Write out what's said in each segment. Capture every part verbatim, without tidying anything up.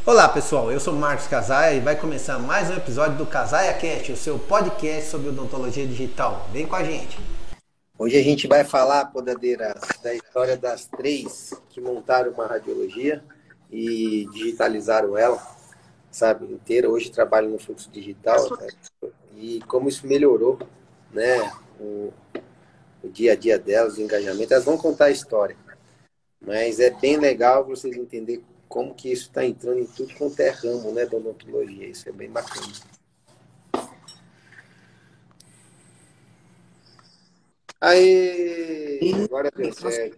Olá pessoal, eu sou Marcos Casaia e vai começar mais um episódio do Casaia Cast, o seu podcast sobre odontologia digital. Vem com a gente! Hoje a gente vai falar, podadeiras, da história das três que montaram uma radiologia e digitalizaram ela, sabe, inteira. Hoje trabalham no fluxo digital, né? E como isso melhorou, né, o, o dia a dia delas, o engajamento. Elas vão contar a história, mas é bem legal vocês entenderem como que isso está entrando em tudo quanto é ramo, né, da odontologia. Isso é bem bacana. Aí, E, agora deu certo.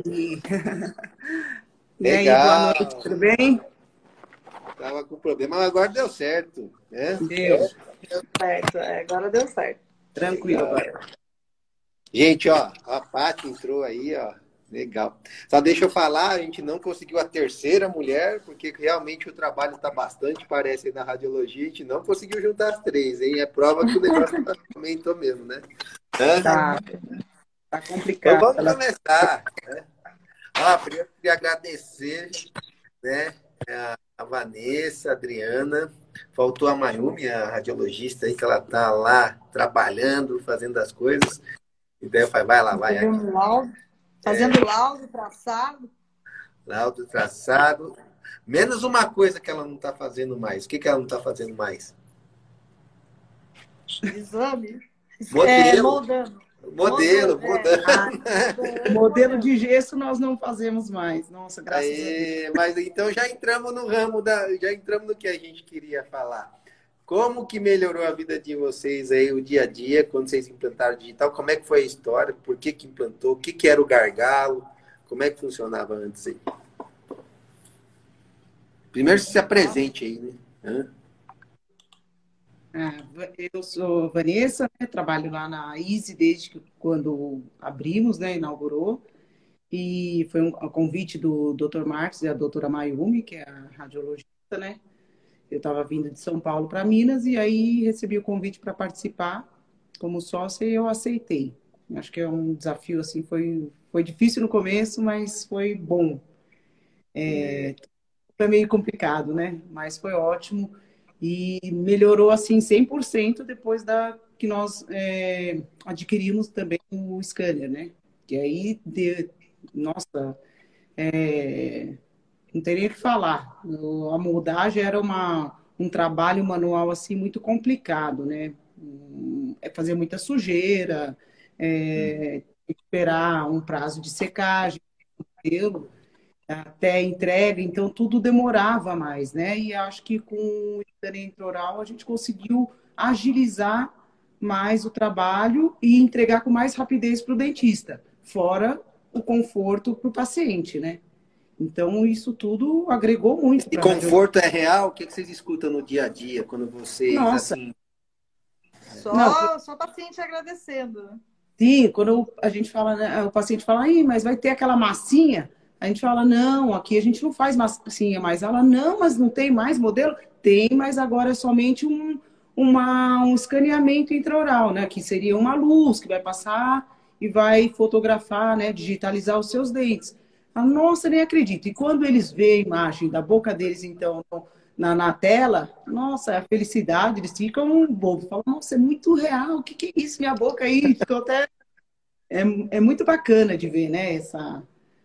e aí, boa noite, Legal. tudo bem? Tava com problema, mas agora deu certo, né? Deu, Deu certo, é, agora deu certo. tranquilo Legal. agora. Gente, ó, a Paty entrou aí, ó. Legal. Só deixa eu falar, a gente não conseguiu a terceira mulher, porque realmente o trabalho está bastante, parece, aí na radiologia, a gente não conseguiu juntar as três, hein? É prova que o negócio tá, aumentou mesmo, né? Hã? Tá, tá Então complicado. vamos Ela- começar, né? Ah, primeiro eu queria agradecer, né, a, a Vanessa, a Adriana, faltou a Mayumi, a radiologista aí, que ela tá lá trabalhando, fazendo as coisas. Então eu falei, vai lá, vai, aqui. Fazendo laudo, fazendo laudo, traçado. Laudo traçado. Menos uma coisa que ela não está fazendo mais. O que, que ela não está fazendo mais? Exame. É, Modelo. moldando. Modelo, Moldando, é. modelo. Ah, Moldando, modelo moldando. de gesso nós não fazemos mais. Nossa, graças a Deus. Aí, mas então já entramos no ramo da, já entramos no que a gente queria falar. Como que melhorou a vida de vocês aí, o dia a dia, quando vocês implantaram o digital? Como é que foi a história? Por que que implantou? O que que era o gargalo? Como é que funcionava antes aí? Primeiro se apresente aí, né? Hã? Ah, eu sou Vanessa, né, trabalho lá na Easy desde que, quando abrimos, né, inaugurou. E foi um, a convite do doutor Marcos e a doutora Mayumi, que é a radiologista, né? Eu estava vindo de São Paulo para Minas e aí recebi o convite para participar como sócia e eu aceitei. Acho que é um desafio, assim, foi, foi difícil no começo, mas foi bom. É. Foi meio complicado, né? Mas foi ótimo e melhorou, assim, cem por cento depois da que nós é, adquirimos também o scanner, né? Que aí, de, nossa, é, não tem nem o que falar. O- A moldagem era uma, um trabalho manual assim muito complicado, né? Hum, É fazer muita sujeira, é, tem que esperar um prazo de secagem, pelo, até entrega, então tudo demorava mais, né? E acho que com o scanner intraoral a gente conseguiu agilizar mais o trabalho e entregar com mais rapidez para o dentista, fora o conforto para o paciente, né? Então, isso tudo agregou muito E para a radiologia. conforto é real? O que que vocês escutam no dia a dia, quando vocês, Nossa, assim... não, Só, só paciente agradecendo, né? sim, quando a gente fala, né, o paciente fala, aí, mas vai ter aquela massinha? A gente fala, não, aqui a gente não faz massinha mais. Ela, não, mas não tem mais modelo? Tem, mas agora é somente um, uma, um escaneamento intraoral, né? Que seria uma luz que vai passar e vai fotografar, né? Digitalizar os seus dentes. Ah, nossa, nem acredito. E quando eles veem a imagem da boca deles, então, na, na tela, nossa, a felicidade, eles ficam bobos. Falam, nossa, é muito real, o que, que é isso? Minha boca aí ficou até. É, é muito bacana de ver, né? Essa...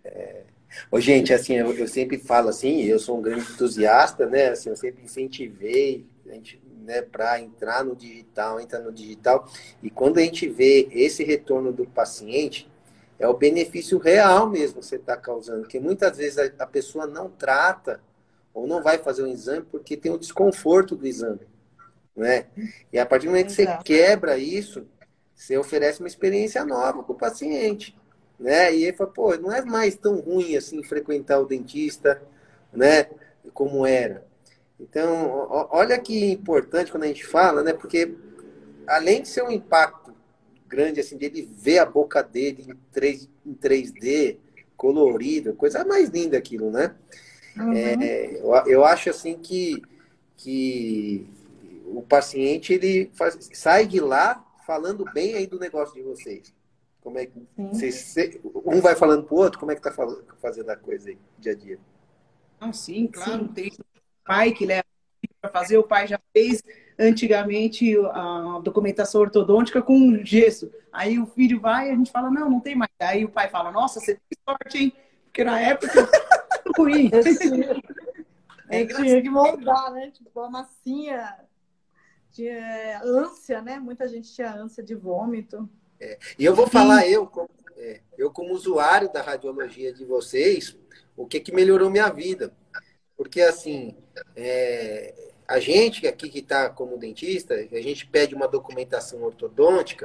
Ô, gente, assim, eu, eu sempre falo assim, eu sou um grande entusiasta, né? Assim, eu sempre incentivei a gente, né, para entrar no digital, entrar no digital. E quando a gente vê esse retorno do paciente, é o benefício real mesmo que você está causando. Porque muitas vezes a, a pessoa não trata ou não vai fazer um exame porque tem o desconforto do exame, né? E a partir do momento que você Exato. quebra isso, você oferece uma experiência nova para o paciente, né? E ele fala, pô, não é mais tão ruim assim frequentar o dentista, né? Como era. Então, ó- olha que importante quando a gente fala, né? Porque além de ser um impacto grande, assim, dele ver a boca dele em três em três D, colorido, coisa mais linda aquilo, né? Uhum. É, eu, eu acho assim que, que o paciente ele faz- sai de lá falando bem aí do negócio de vocês. Como é que Sim. vocês, cê- um vai falando pro outro, como é que tá falando, fazendo a coisa aí, dia a dia? Ah, sim, claro, Sim. tem. pai que leva para fazer, o pai já fez antigamente a documentação ortodôntica com gesso. Aí o filho vai e a gente fala, não, não tem mais. Aí o pai fala, nossa, você tem sorte, hein? Porque na época era ruim. É, tinha que moldar, né? Tipo, a massinha tinha ânsia, né? Muita gente tinha ânsia de vômito. É. E eu vou falar, eu como, é, eu como usuário da radiologia de vocês, o que, que melhorou minha vida. Porque, assim, é, a gente aqui que está como dentista, a gente pede uma documentação ortodôntica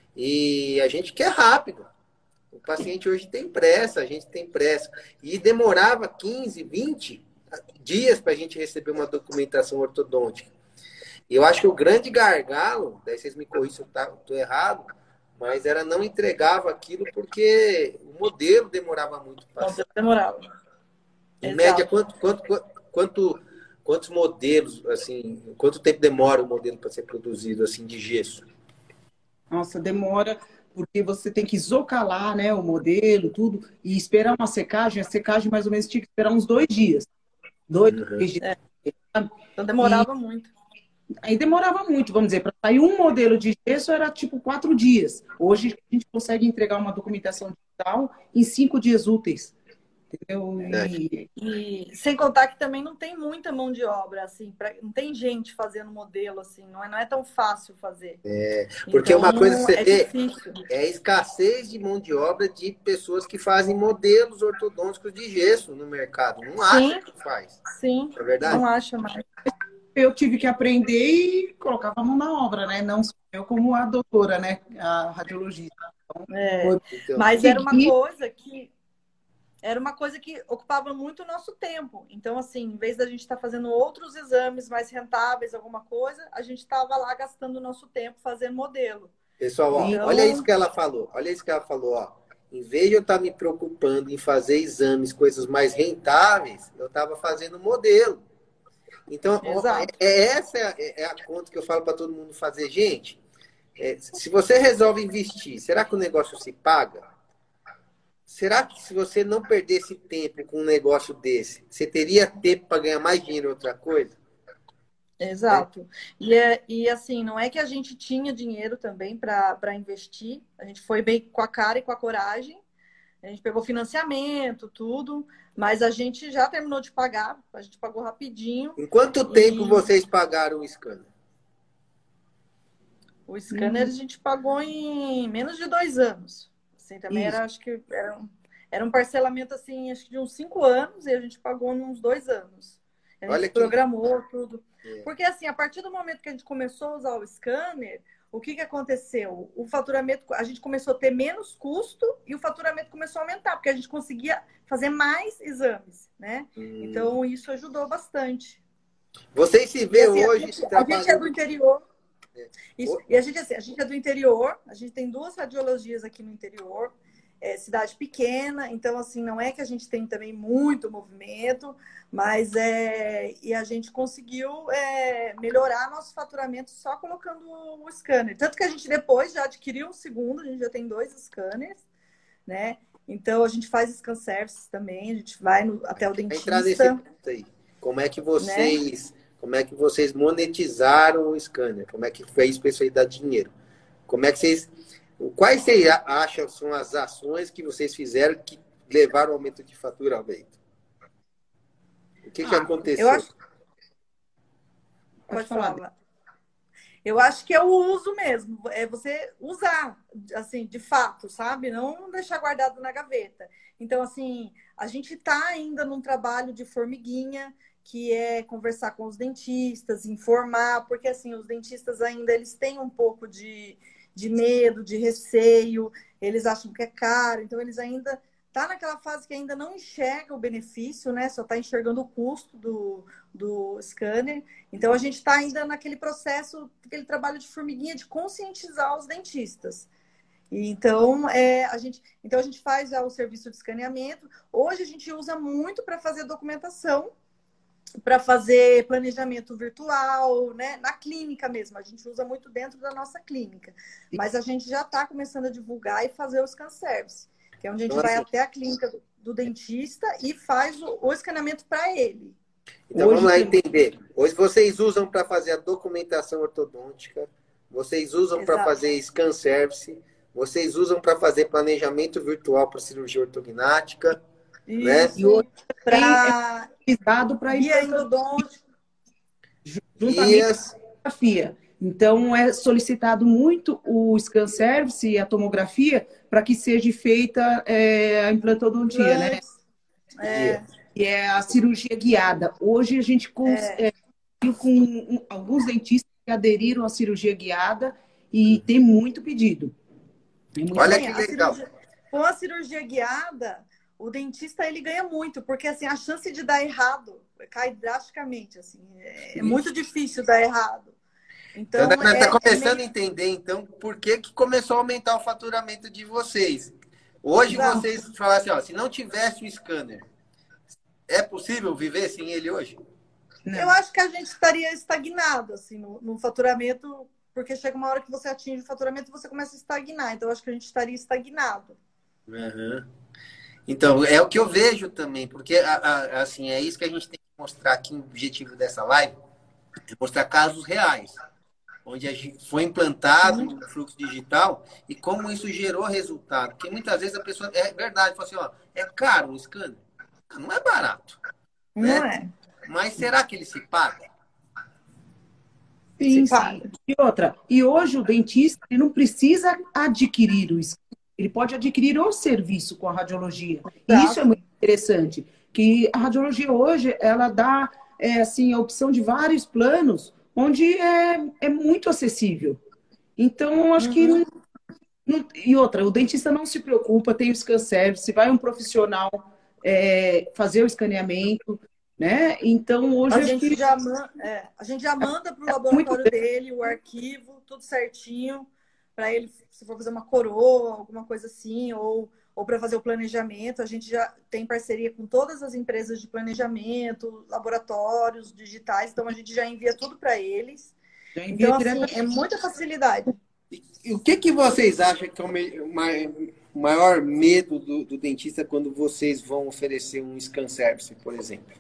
e a gente quer rápido. O paciente hoje tem pressa, a gente tem pressa. E demorava quinze, vinte dias para a gente receber uma documentação ortodôntica. E eu acho que o grande gargalo, daí vocês me corrigem se eu estou errado, mas era não entregava aquilo porque o modelo demorava muito para passar. Demorava. Em Exato. média, quanto, quanto, quanto, quantos modelos, assim, quanto tempo demora o modelo para ser produzido assim de gesso? Nossa, demora, porque você tem que isocalar, né, o modelo, tudo, e esperar uma secagem. A secagem, mais ou menos, tinha que esperar uns dois dias. Dois, Uhum. três dias. É. Então demorava E muito. aí demorava muito, vamos dizer, para sair um modelo de gesso era tipo quatro dias. Hoje a gente consegue entregar uma documentação digital em cinco dias úteis. Entendeu? E, E sem contar que também não tem muita mão de obra, assim, pra, não tem gente fazendo modelo, assim, não é, não é tão fácil fazer. É, porque então, uma coisa que você é vê difícil. é a escassez de mão de obra de pessoas que fazem modelos ortodônticos de gesso no mercado. Não Sim. acha que faz. Sim, É verdade? não acha mais. eu tive que aprender e colocava a mão na obra, né? Não sou eu como a doutora, né? A radiologista. Então, É, foi- Então, mas era uma segui- coisa que era uma coisa que ocupava muito o nosso tempo. Então, assim, em vez da gente estar fazendo outros exames mais rentáveis, alguma coisa, a gente estava lá gastando o nosso tempo fazendo modelo. pessoal, ó, Então- olha isso que ela falou. Olha isso que ela falou, ó. Em vez de eu estar me preocupando em fazer exames, coisas mais rentáveis, eu estava fazendo modelo. Então, ó, Exato. é, é essa é a conta que eu falo para todo mundo fazer. Gente, é, se você resolve investir, será que o negócio se paga? Será que se você não perdesse tempo com um negócio desse, você teria tempo para ganhar mais dinheiro em outra coisa? Exato. E, é, e assim, não é que a gente tinha dinheiro também para investir, a gente foi bem com a cara e com a coragem, a gente pegou financiamento, tudo, mas a gente já terminou de pagar, a gente pagou rapidinho. Em quanto E- tempo vocês pagaram o scanner? O scanner a gente pagou em menos de dois anos. Assim, também Isso. era, acho que era um, era um parcelamento assim, acho que de uns cinco anos, e a gente pagou em uns dois anos. A gente Olha que- programou tudo. É. Porque assim, a partir do momento que a gente começou a usar o scanner, o que, que aconteceu? O faturamento, a gente começou a ter menos custo e o faturamento começou a aumentar, porque a gente conseguia fazer mais exames, né? Hum. Então, isso ajudou bastante. Vocês se E, vê assim, hoje a, gente, a trabalhando... gente é do interior. Isso. Oi? E a gente, assim, a gente é do interior, a gente tem duas radiologias aqui no interior, é, cidade pequena, então assim, não é que a gente tem também muito movimento, mas é, e a gente conseguiu é, melhorar nosso faturamento só colocando o scanner. Tanto que a gente depois já adquiriu um segundo, a gente já tem dois scanners, né? Então a gente faz scan services também, a gente vai no, até o Vai dentista. entrar nesse ponto aí. Como é que vocês, como é que vocês monetizaram o scanner? Como é que fez para isso aí dar dinheiro? Como é que vocês, quais vocês acham são as ações que vocês fizeram que levaram ao aumento de faturamento? O que, que Ah, aconteceu? eu acho- Pode Pode falar. falar. Eu acho que é o uso mesmo, é você usar, assim, de fato, sabe? Não deixar guardado na gaveta. Então, assim, a gente está ainda num trabalho de formiguinha, que é conversar com os dentistas, informar, porque, assim, os dentistas ainda, eles têm um pouco de, de medo, de receio, eles acham que é caro, então eles ainda... Tá naquela fase que ainda não enxerga o benefício, né? Só está enxergando o custo do, do scanner. Então, a gente está ainda naquele processo, aquele trabalho de formiguinha de conscientizar os dentistas. E, então, é, a gente, então, a gente faz já o serviço de escaneamento. Hoje, a gente usa muito para fazer documentação, para fazer planejamento virtual, né? Na clínica mesmo. A gente usa muito dentro da nossa clínica. Mas a gente já está começando a divulgar e fazer o scan service, que é onde a gente Então, vai assim, até a clínica do, do dentista e faz o, o escaneamento para ele. Então Hoje vamos lá tem- entender. Hoje vocês usam para fazer a documentação ortodôntica, vocês usam para Exato. fazer scan service, vocês usam para fazer planejamento virtual para cirurgia ortognática, né? E hoje Isso. tem Para utilizado para guia implantação endodôntico. juntamente Guias, com a tomografia. Então, é solicitado muito o scan service e a tomografia para que seja feita é, a implantodontia, né? implantes. É, Que é a cirurgia guiada. Hoje a gente cons- é, viu com um- alguns dentistas que aderiram à cirurgia guiada e tem muito pedido. Tem muito Olha sim, que a legal. cirurgia- com a cirurgia guiada, o dentista ele ganha muito, porque assim, a chance de dar errado cai drasticamente. Assim, é, é muito difícil dar errado. Então, Então, nós é, estamos é começando meio- a entender, então, por que, que começou a aumentar o faturamento de vocês. Hoje Exato. vocês falaram assim, ó, se não tivesse o scanner, é possível viver sem ele hoje? Não. Eu acho que a gente estaria estagnado assim, no, no faturamento, porque chega uma hora que você atinge o faturamento e você começa a estagnar. Então, eu acho que a gente estaria estagnado. Uhum. Então, é o que eu vejo também, porque a- a- assim, é isso que a gente tem que mostrar aqui, o objetivo dessa live, é mostrar casos reais, onde a gente foi implantado o fluxo digital e como isso gerou resultado. Porque muitas vezes a pessoa, é verdade, fala assim, ó, é caro o scanner? Não é barato, Não né? é? Mas será que ele se paga? Sim, Se paga. sim. E outra, e hoje o dentista ele não precisa adquirir o scan, ele pode adquirir o serviço com a radiologia. E Exato. isso é muito interessante, que a radiologia hoje ela dá é, assim, a opção de vários planos, onde é, é muito acessível. Então, eu acho que Uhum. não- e outra, o dentista não se preocupa, tem o scan service, vai um profissional é, fazer o escaneamento, né? Então, hoje A eu acho gente que já, man- é, a gente já manda para o muito laboratório dele o arquivo, tudo certinho, para ele, se for fazer uma coroa, alguma coisa assim, ou, ou para fazer o planejamento. A gente já tem parceria com todas as empresas de planejamento, laboratórios digitais, então a gente já envia tudo para eles. já envia Então, direto. assim, é muita facilidade. E o que, que vocês acham que é o me- o mai- o maior medo do, do dentista quando vocês vão oferecer um scan service, por exemplo?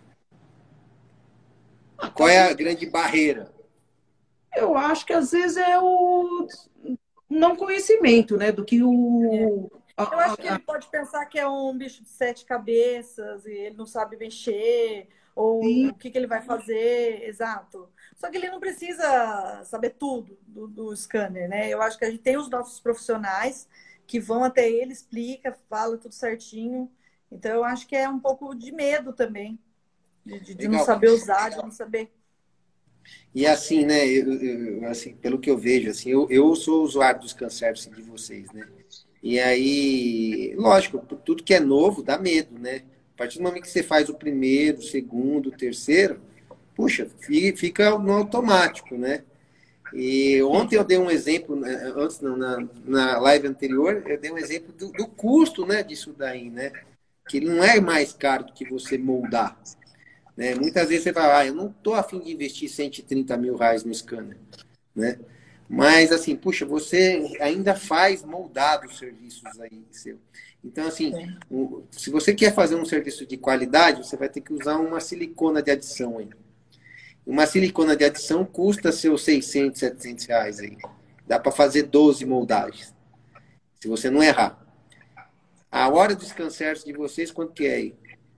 Qual é a grande barreira? Eu acho que às vezes é o não conhecimento, né? Do que o. a- Eu acho que a- ele pode pensar que é um bicho de sete cabeças e ele não sabe mexer, ou Sim. o que, que ele vai fazer, exato. Só que ele não precisa saber tudo do, do scanner, né? Eu acho que a gente tem os nossos profissionais que vão até ele, explica, fala tudo certinho. Então, eu acho que é um pouco de medo também, de, de- de não Legal. saber usar, de não saber. E assim, né, eu, eu- assim, pelo que eu vejo, assim, eu, eu sou usuário dos scan service de vocês, né? E aí, lógico, tudo que é novo dá medo, né? A partir do momento que você faz o primeiro, o segundo, o terceiro, puxa, fi- fica no automático, né? E ontem eu dei um exemplo, né, antes não, na, na live anterior, eu dei um exemplo do, do custo, né, disso daí, né? Que ele não é mais caro do que você moldar. Né? Muitas vezes você fala, ah, eu não estou a fim de investir cento e trinta mil reais no scanner. Né? Mas, assim, puxa, você ainda faz moldado os serviços aí seu. Então, assim, o- se você quer fazer um serviço de qualidade, você vai ter que usar uma silicona de adição aí. Uma silicona de adição custa seus seiscentos, setecentos reais aí. Dá para fazer doze moldagens, se você não errar. A hora do scan service de vocês, quanto que é aí?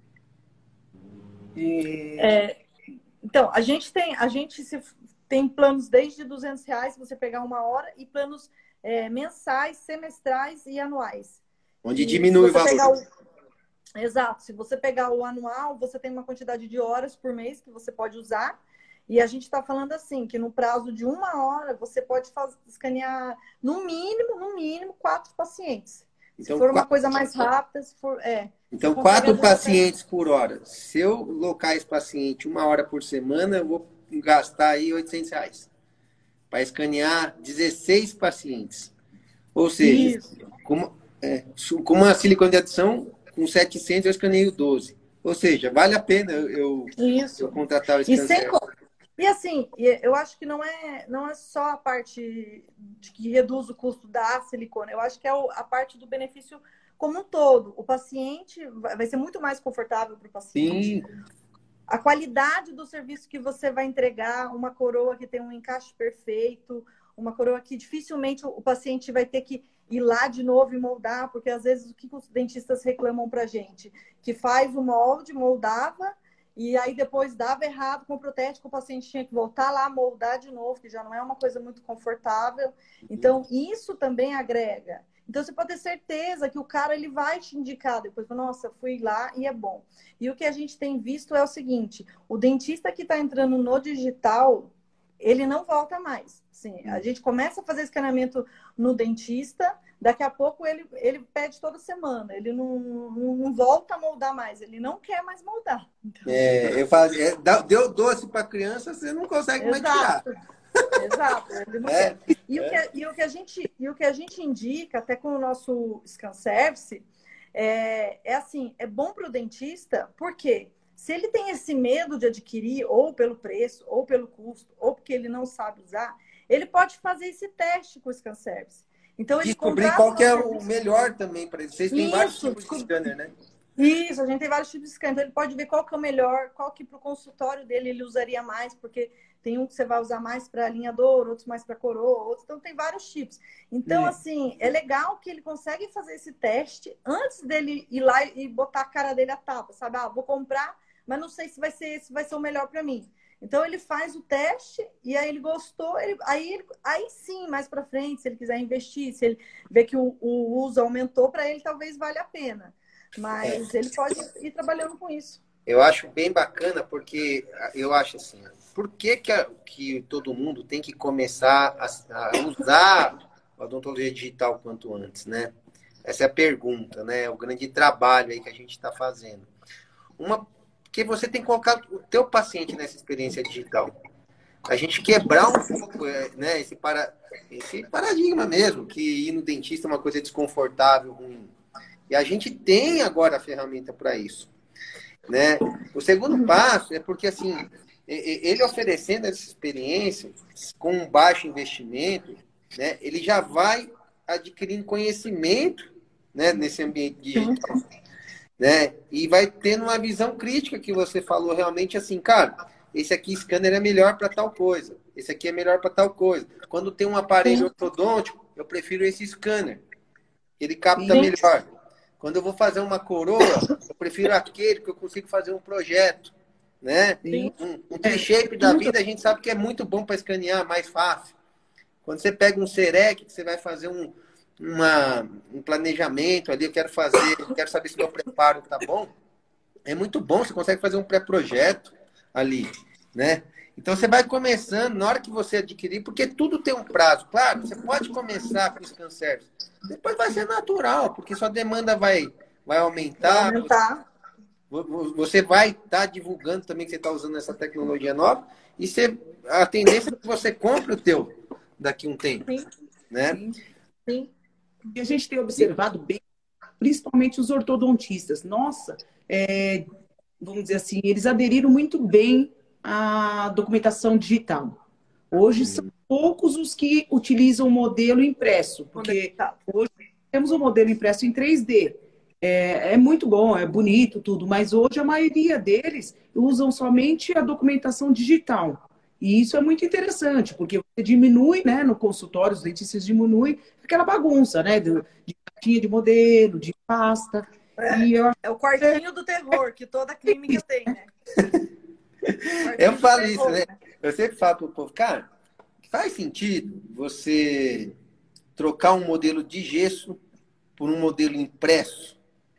Então, a gente tem, a gente se, tem planos desde duzentos reais, se você pegar uma hora, e planos é, mensais, semestrais e anuais. Onde E diminui o se você valor. pegar o- Exato. Se você pegar o anual, você tem uma quantidade de horas por mês que você pode usar. E a gente está falando assim, que no prazo de uma hora, você pode fazer, escanear, no mínimo, no mínimo, quatro pacientes. Então, se for uma quatro- coisa mais rápida, se for... É, Então, você quatro consegue ajustar- pacientes por hora. Se eu locar esse paciente uma hora por semana, eu vou gastar aí oitocentos reais. Para escanear dezesseis pacientes. Ou seja, Isso. com uma, é, su- com uma silicone de adição, com setecentos eu escaneio doze. Ou seja, vale a pena eu, eu, Isso. eu contratar o E, sem, scan. co- e assim, e eu acho que não é, não é só a parte de que reduz o custo da silicone, eu acho que é o- a parte do benefício como um todo. O paciente vai vai ser muito mais confortável para o paciente. Sim, a qualidade do serviço que você vai entregar, uma coroa que tem um encaixe perfeito, uma coroa que dificilmente o paciente vai ter que ir lá de novo e moldar, porque às vezes o que os dentistas reclamam pra gente? Que faz o molde, moldava, e aí depois dava errado com o protético, o paciente tinha que voltar lá, moldar de novo, que já não é uma coisa muito confortável. Então, isso também agrega. Então, você pode ter certeza que o cara ele vai te indicar depois. Nossa, fui lá e é bom. E o que a gente tem visto é o seguinte, o dentista que está entrando no digital, ele não volta mais. Sim, a gente começa a fazer escaneamento no dentista, daqui a pouco ele, ele pede toda semana, ele não, não, não volta a moldar mais, ele não quer mais moldar. Então... É, eu falo, é, deu doce para criança, você não consegue mais tirar. Exato, ele não É, quer. E, é. o que, e, o que a gente, e o que a gente indica, até com o nosso Scan Service, é, é assim, é bom para o dentista, porque se ele tem esse medo de adquirir, ou pelo preço, ou pelo custo, ou porque ele não sabe usar, ele pode fazer esse teste com o Scan Service. Então, ele descobrir qual que é o melhor também para ele. Vocês têm Isso, vários tipos de scanner, né? Isso, a gente tem vários tipos de scanner. Então, ele pode ver qual que é o melhor, qual que para o consultório dele ele usaria mais, porque tem um que você vai usar mais para alinhador, outros mais para coroa, outros. Então, tem vários tipos. Então, Sim. assim, é legal que ele consegue fazer esse teste antes dele ir lá e botar a cara dele a tapa, sabe? Ah, vou comprar, mas não sei se vai ser esse vai ser o melhor para mim. Então, ele faz o teste e aí ele gostou, ele, aí, ele, aí sim, mais para frente, se ele quiser investir, se ele ver que o, o uso aumentou, para ele talvez valha a pena. Mas é. ele pode ir trabalhando com isso. Eu acho bem bacana, porque eu acho assim, por que, que, a, que todo mundo tem que começar a, a usar a odontologia digital quanto antes, né? Essa é a pergunta, né? O grande trabalho aí que a gente está fazendo. Uma... Porque você tem que colocar o teu paciente nessa experiência digital. A gente quebrar um pouco, né, esse, para, esse paradigma mesmo, que ir no dentista é uma coisa desconfortável, ruim. E a gente tem agora a ferramenta para isso. Né? O segundo passo é porque, assim, ele oferecendo essa experiência com um baixo investimento, né, ele já vai adquirindo conhecimento, né, nesse ambiente digital. Né? E vai tendo uma visão crítica que você falou realmente assim, cara, esse aqui scanner é melhor para tal coisa, esse aqui é melhor para tal coisa. Quando tem um aparelho ortodôntico, eu prefiro esse scanner, ele capta Sim. melhor. Quando eu vou fazer uma coroa, eu prefiro aquele que eu consigo fazer um projeto, né? Sim. Um, um T-shape da vida a gente sabe que é muito bom para escanear, mais fácil. Quando você pega um Serec, que você vai fazer um Uma, um planejamento ali, eu quero fazer, eu quero saber se meu preparo tá bom, é muito bom, você consegue fazer um pré-projeto ali, né? Então você vai começando, na hora que você adquirir, porque tudo tem um prazo, claro, você pode começar com o Scan Service, depois vai ser natural, porque sua demanda vai, vai aumentar, vai aumentar. Você, você vai estar tá divulgando também que você está usando essa tecnologia nova, e você, a tendência é que você compre o teu daqui a um tempo, Sim. né? Sim. Sim. E a gente tem observado bem, principalmente os ortodontistas. Nossa, é, vamos dizer assim, eles aderiram muito bem à documentação digital. Hoje são poucos os que utilizam o modelo impresso, porque hoje temos o modelo impresso em três D. É, é muito bom, é bonito tudo, mas hoje a maioria deles usam somente a documentação digital. E isso é muito interessante, porque você diminui, né, no consultório, os dentistas diminuem aquela bagunça, né, de, de cartinha de modelo, de pasta. É, e eu... é o quartinho do terror que toda clínica tem, né? Eu falo isso, né? Eu sempre falo pro povo, cara, faz sentido você trocar um modelo de gesso por um modelo impresso?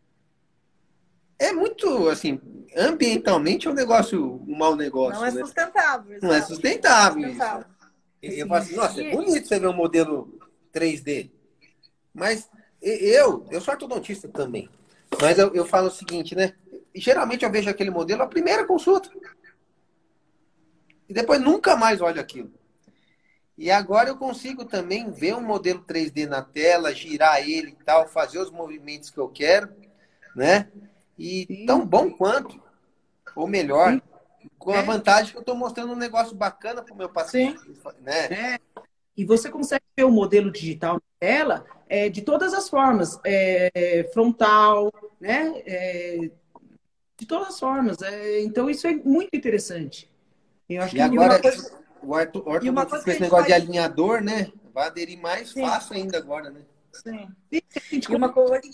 É muito, assim, ambientalmente é um negócio, um mau negócio. Não é né? sustentável. Não é sustentável, sustentável. isso. Eu falo assim, nossa, é bonito você ver um modelo três D. Mas eu, eu sou ortodontista também. Mas eu, eu falo o seguinte, né? Geralmente eu vejo aquele modelo a primeira consulta. E depois nunca mais olho aquilo. E agora eu consigo também ver um modelo três D na tela, girar ele e tal, fazer os movimentos que eu quero, né? E Sim. tão bom quanto, ou melhor, Sim. com a vantagem que eu estou mostrando um negócio bacana para o meu paciente. Né? É. E você consegue ver o modelo digital na tela é, de todas as formas, é, frontal, né? É, de todas as formas. É, então, isso é muito interessante. Eu acho E que agora, coisa- o orto- E uma ortodontista coisa com que a esse gente negócio de faz. alinhador, né? Vai aderir mais Sim, fácil ainda agora, né? sim. a gente E uma compra coisa.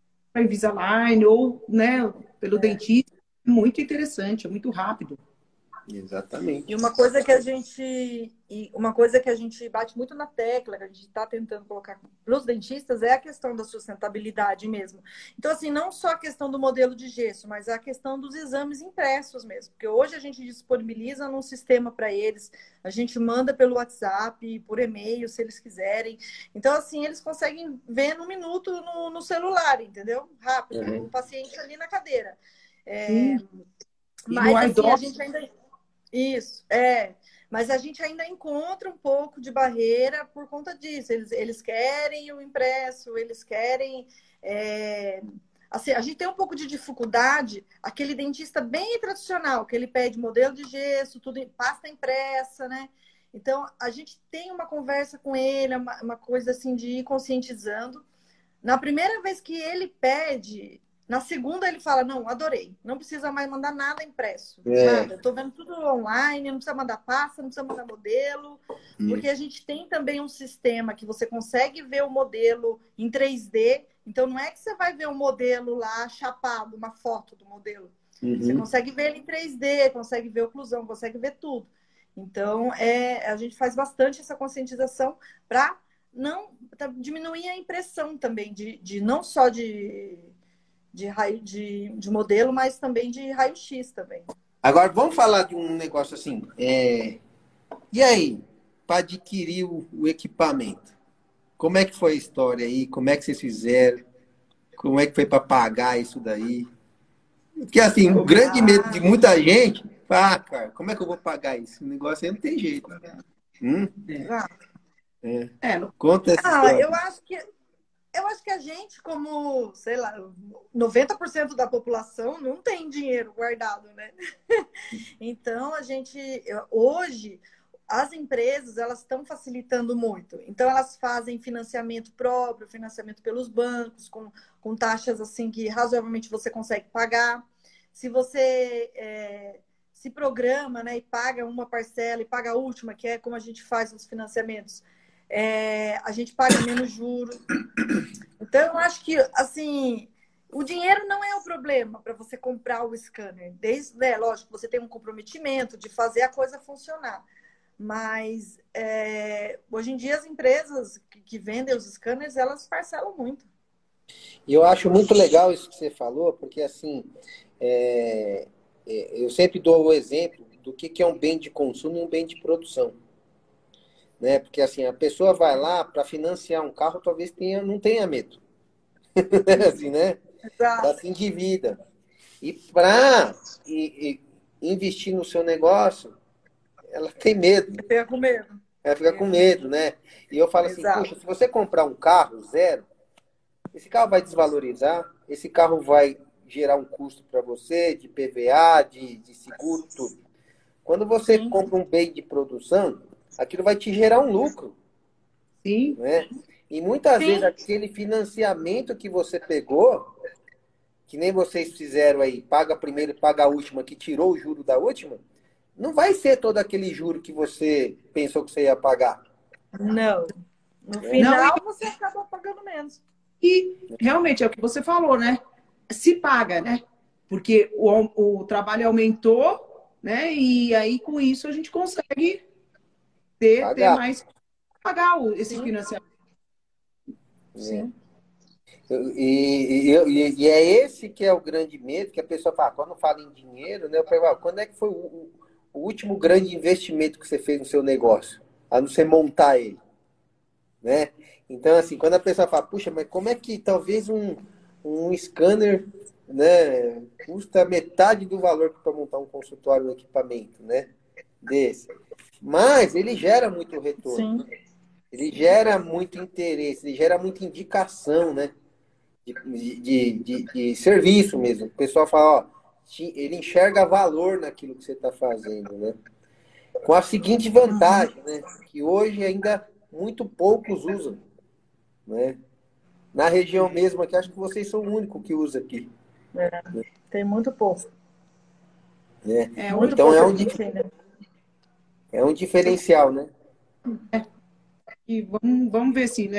Invisalign ou, né, pelo É. dentista, é muito interessante, é muito rápido. Exatamente. E uma coisa que a gente, e uma coisa que a gente bate muito na tecla, que a gente está tentando colocar para os dentistas, é a questão da sustentabilidade mesmo. Então, assim, não só a questão do modelo de gesso, mas a questão dos exames impressos mesmo. Porque hoje a gente disponibiliza num sistema para eles, a gente manda pelo WhatsApp, por e-mail, se eles quiserem. Então, assim, eles conseguem ver no minuto no, no celular, entendeu? Rápido, Uhum. o paciente ali na cadeira. É, Sim. E no mas, assim, a iDoc, gente ainda. Isso, é. Mas a gente ainda encontra um pouco de barreira por conta disso. Eles, eles querem o impresso, eles querem. É... Assim, a gente tem um pouco de dificuldade, aquele dentista bem tradicional, que ele pede modelo de gesso, tudo em pasta impressa, né? Então, a gente tem uma conversa com ele, uma, uma coisa assim de ir conscientizando. Na primeira vez que ele pede, na segunda ele fala, não, adorei. Não precisa mais mandar nada impresso. É. Nada. Eu tô vendo tudo online, não precisa mandar pasta, não precisa mandar modelo. Hum. Porque a gente tem também um sistema que você consegue ver o modelo em três D. Então, não é que você vai ver o modelo lá chapado, uma foto do modelo. Você Uhum. consegue ver ele em três D, consegue ver oclusão, consegue ver tudo. Então, é, a gente faz bastante essa conscientização para não tá, diminuir a impressão também, de, de não só de, de, raio, de, de modelo, mas também de raio-x também. Agora, vamos falar de um negócio assim. É... E aí, para adquirir o, o equipamento? Como é que foi a história aí? Como é que vocês fizeram? Como é que foi para pagar isso daí? Porque, assim, o grande Ah. medo de muita gente... Ah, cara, como é que eu vou pagar isso? O negócio aí não tem jeito. Hum? Exato. É. é, no- Conta essa Ah, história. eu acho que eu acho que a gente, como, sei lá, noventa por cento da população não tem dinheiro guardado, né? Então, a gente, eu- hoje, as empresas, elas estão facilitando muito. Então, elas fazem financiamento próprio, financiamento pelos bancos, com, com taxas, assim, que razoavelmente você consegue pagar. Se você é, se programa, né, e paga uma parcela e paga a última, que é como a gente faz nos financiamentos, é, a gente paga menos juros. Então, eu acho que, assim, o dinheiro não é o problema para você comprar o scanner. Desde, né, lógico, você tem um comprometimento de fazer a coisa funcionar. Mas, é, hoje em dia, as empresas que, que vendem os scanners, elas parcelam muito. E eu acho muito legal isso que você falou, porque, assim, é, é, eu sempre dou o exemplo do que, que é um bem de consumo e um bem de produção. Né? Porque, assim, a pessoa vai lá para financiar um carro, talvez tenha, não tenha medo. assim, né? Exato. Ela se endivida. E para investir no seu negócio, ela tem medo. Você fica com medo. Ela fica com medo, né? E eu falo assim, Exato. poxa, se você comprar um carro zero, esse carro vai desvalorizar, esse carro vai gerar um custo para você, de P V A, de, de seguro, tudo. Quando você Sim. compra um bem de produção, aquilo vai te gerar um lucro. sim, Né? E muitas Sim. vezes aquele financiamento que você pegou, que nem vocês fizeram aí, paga a primeira e paga a última, que tirou o juro da última, não vai ser todo aquele juro que você pensou que você ia pagar. Não. No É. final, Não, você acaba pagando menos. e realmente é o que você falou, né? Se paga, né? Porque o, o trabalho aumentou, né? E aí com isso a gente consegue ter, ter Pagar. mais pagar o- esse Sim. financiamento. Sim. E, e, e, e é esse que é o grande medo, que a pessoa fala, quando fala em dinheiro, né? Eu pergunto, quando é que foi o, o, o último grande investimento que você fez no seu negócio? A não ser montar ele. Né? Então, assim, quando a pessoa fala, puxa, mas como é que talvez um, um scanner, né, custa metade do valor para montar um consultório, um equipamento, né, desse? Mas ele gera muito retorno. Sim. Ele gera muito interesse, ele gera muita indicação, né? De, de, de, de serviço mesmo. O pessoal fala, ó, ele enxerga valor naquilo que você está fazendo, né? Com a seguinte vantagem, né? Que hoje ainda muito poucos usam, né? Na região mesmo aqui, acho que vocês são o único que usa aqui. É. Tem muito pouco. Né? É, Muito Então é um, importante, dif- né? é um diferencial, né? e vamos, vamos ver se, né,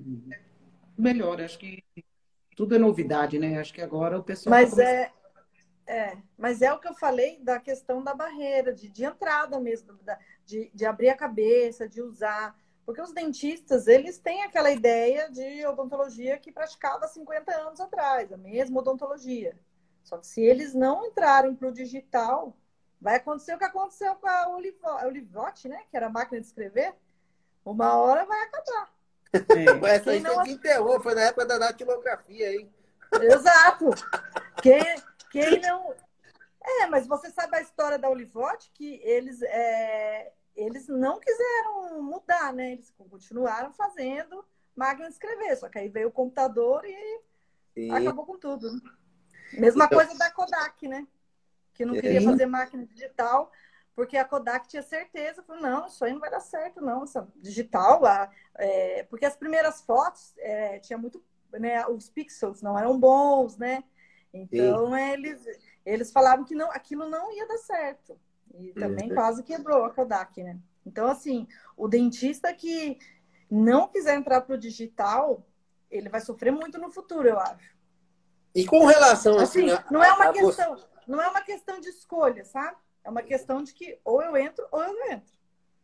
melhora. Acho que tudo é novidade, né? Acho que agora o pessoal está Mas começando. é, é, mas é o que eu falei da questão da barreira, de, de entrada mesmo, da- de, de abrir a cabeça, de usar. Porque os dentistas, eles têm aquela ideia de odontologia que praticava cinquenta anos atrás, a mesma odontologia. Só que se eles não entrarem para o digital, vai acontecer o que aconteceu com a Olivo- a Olivote, né? Que era a máquina de escrever. Uma hora vai acabar. É, Essa Quem aí você não... desenterrou, foi na época da datilografia, hein? Exato! Quem, quem não... É, mas você sabe a história da Olivote, que eles, é, eles não quiseram mudar, né? Eles continuaram fazendo máquina de escrever, só que aí veio o computador e Sim. acabou com tudo. Né? Mesma Então, coisa da Kodak, né? Que não queria é, sim, fazer máquina digital, porque a Kodak tinha certeza, falou, não, isso aí não vai dar certo, não, essa digital, a, é, porque as primeiras fotos é, tinha muito, né, os pixels não eram bons, né? sim. Então eles, eles falavam que não, aquilo não ia dar certo. E também quase quebrou a Kodak, né? Então, assim, o dentista que não quiser entrar para o digital, ele vai sofrer muito no futuro, eu acho. E com relação assim Assim, a, não é uma a, a você, questão, não é uma questão de escolha, sabe? É uma questão de que ou eu entro ou eu não entro.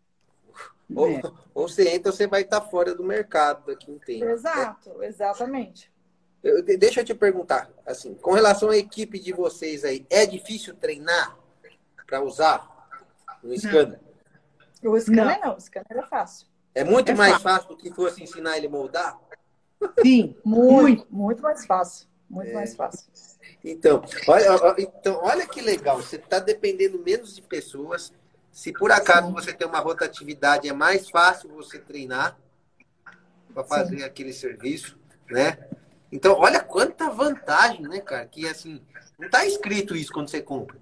ou, é. ou você entra, ou você vai estar fora do mercado daqui a um tempo, né? Exato, exatamente. Eu- de- deixa eu te perguntar, assim, com relação à equipe de vocês aí, é difícil treinar para usar no Não, scanner? O não, scanner não, o scanner é fácil. É muito é mais fácil. fácil do que fosse ensinar ele a moldar? Sim, Muito, muito. muito mais fácil. Muito mais fácil. Então, olha, ó, então, olha que legal, você está dependendo menos de pessoas. Se por acaso Sim, você tem uma rotatividade, é mais fácil você treinar para sim. fazer aquele serviço, né? Então, olha quanta vantagem, né, cara? Que assim, não está escrito isso quando você compra,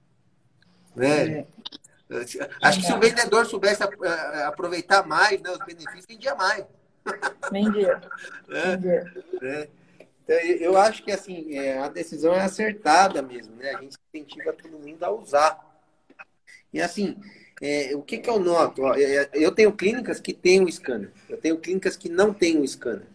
né? É, Acho que se o Verdade. vendedor soubesse a- aproveitar mais, né, os benefícios, vendia mais, Vendia, né? vendia. Né? Então, eu eu acho que assim, é, a decisão é acertada mesmo, né? A gente incentiva todo mundo a usar. E assim, é, o que, que eu noto? Ó, é, eu tenho clínicas que têm o scanner, eu tenho clínicas que não têm o scanner.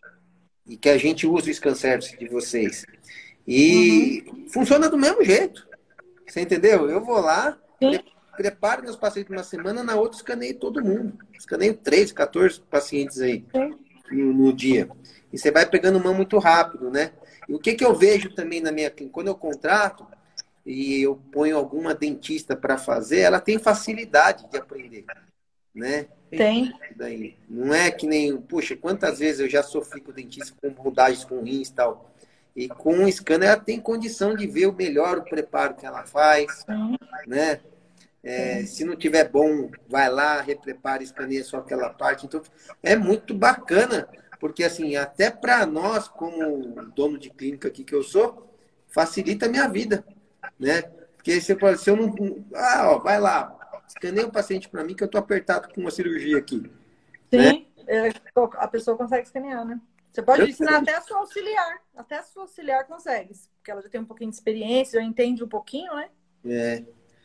E que a gente usa o scan service de vocês. Uhum. E funciona do mesmo jeito. Você entendeu? Eu vou lá, Sim, pre- preparo meus pacientes uma semana, na outra escaneio todo mundo. Escaneio treze, quatorze pacientes aí sim. no, no dia. E você vai pegando mão muito rápido, né? E o que, que eu vejo também na minha clínica? Quando eu contrato e eu ponho alguma dentista para fazer, ela tem facilidade de aprender, né? Tem. Daí, não é que nem, puxa, quantas vezes eu já sofri com dentista com rodagens com rins e tal. E com o scanner ela tem condição de ver o melhor o preparo que ela faz, Sim, né? É, sim. se não tiver bom, vai lá, reprepara, escaneia só aquela parte. Então, é muito bacana, porque assim, até para nós, como dono de clínica aqui que eu sou, facilita a minha vida, né? Porque se eu, se eu não... Ah, ó, vai lá, escaneia o paciente para mim que eu tô apertado com uma cirurgia aqui, né? Sim, é, a pessoa consegue escanear, né? Você pode ensinar até a sua auxiliar. Até a sua auxiliar consegue. Porque ela já tem um pouquinho de experiência, já entende um pouquinho, né? É,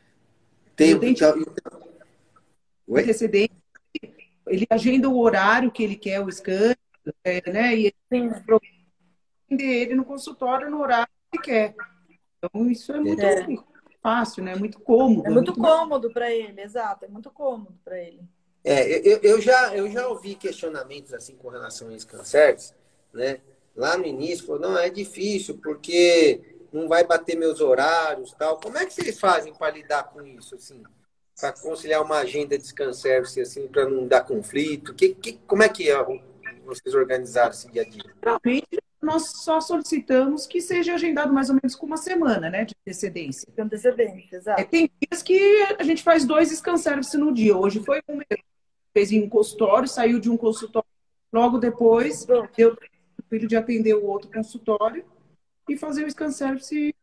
e tem, o dentista então, com oi? antecedência, ele agenda o horário que ele quer o scan, é, né? E ele Sim. atende ele no consultório no horário que ele quer. Então, isso é muito É, fácil, né? Muito é cômodo, é muito muito bacana. cômodo para ele, exato. É muito cômodo para ele. É, eu, eu, já, eu já ouvi questionamentos assim com relação a scan service, né? Lá no início, falou, não, é difícil, porque não vai bater meus horários tal. Como é que vocês fazem para lidar com isso, assim? Para conciliar uma agenda de scan service, assim, para não dar conflito? Que, que, como é que é, vocês organizaram esse dia a dia? Geralmente, nós só solicitamos que seja agendado mais ou menos com uma semana, né, de antecedência. Com antecedência, É, exato. tem dias que a gente faz dois scan service no dia. Hoje foi um mesmo. Fez em um consultório, saiu de um consultório. Logo depois, Pronto. deu tempo do filho de atender o outro consultório e fazer o scan service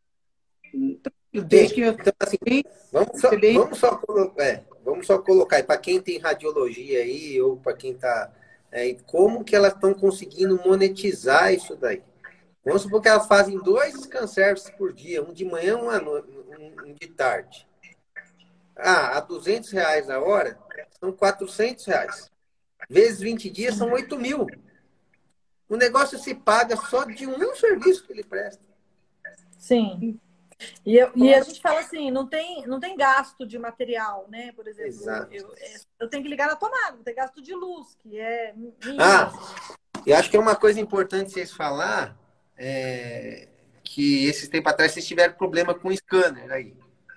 desde que Então, assim, tem vamos só, antecedência. vamos só, colo- é, vamos só colocar aí, para quem tem radiologia aí, ou para quem está... É, como que elas estão conseguindo monetizar isso daí? Vamos supor que elas fazem dois scan services por dia, um de manhã, um, à no... um de tarde. Ah, a duzentos reais a hora, são quatrocentos reais. Vezes vinte dias, são oito mil. O negócio se paga só de um serviço que ele presta. Sim. E, eu, e a gente fala assim, não tem, não tem gasto de material, né? Por exemplo, Exato. Eu, eu tenho que ligar na tomada, não tem gasto de luz, que é mínimo. Ah, eu acho que é uma coisa importante vocês falar, é, que esses tempos atrás vocês tiveram problema com o scanner aí.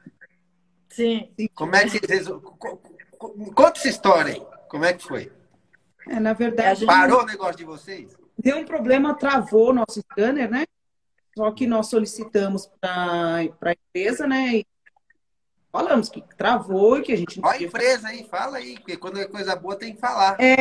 Sim. Como é que vocês... Conta essa história aí. Como é que foi? É, na verdade... Parou o negócio de vocês? Deu um problema, travou o nosso scanner, né? Só que nós solicitamos para a empresa, né? E falamos que travou e que a gente não Olha a empresa aí, fala aí, porque quando é coisa boa tem que falar. É,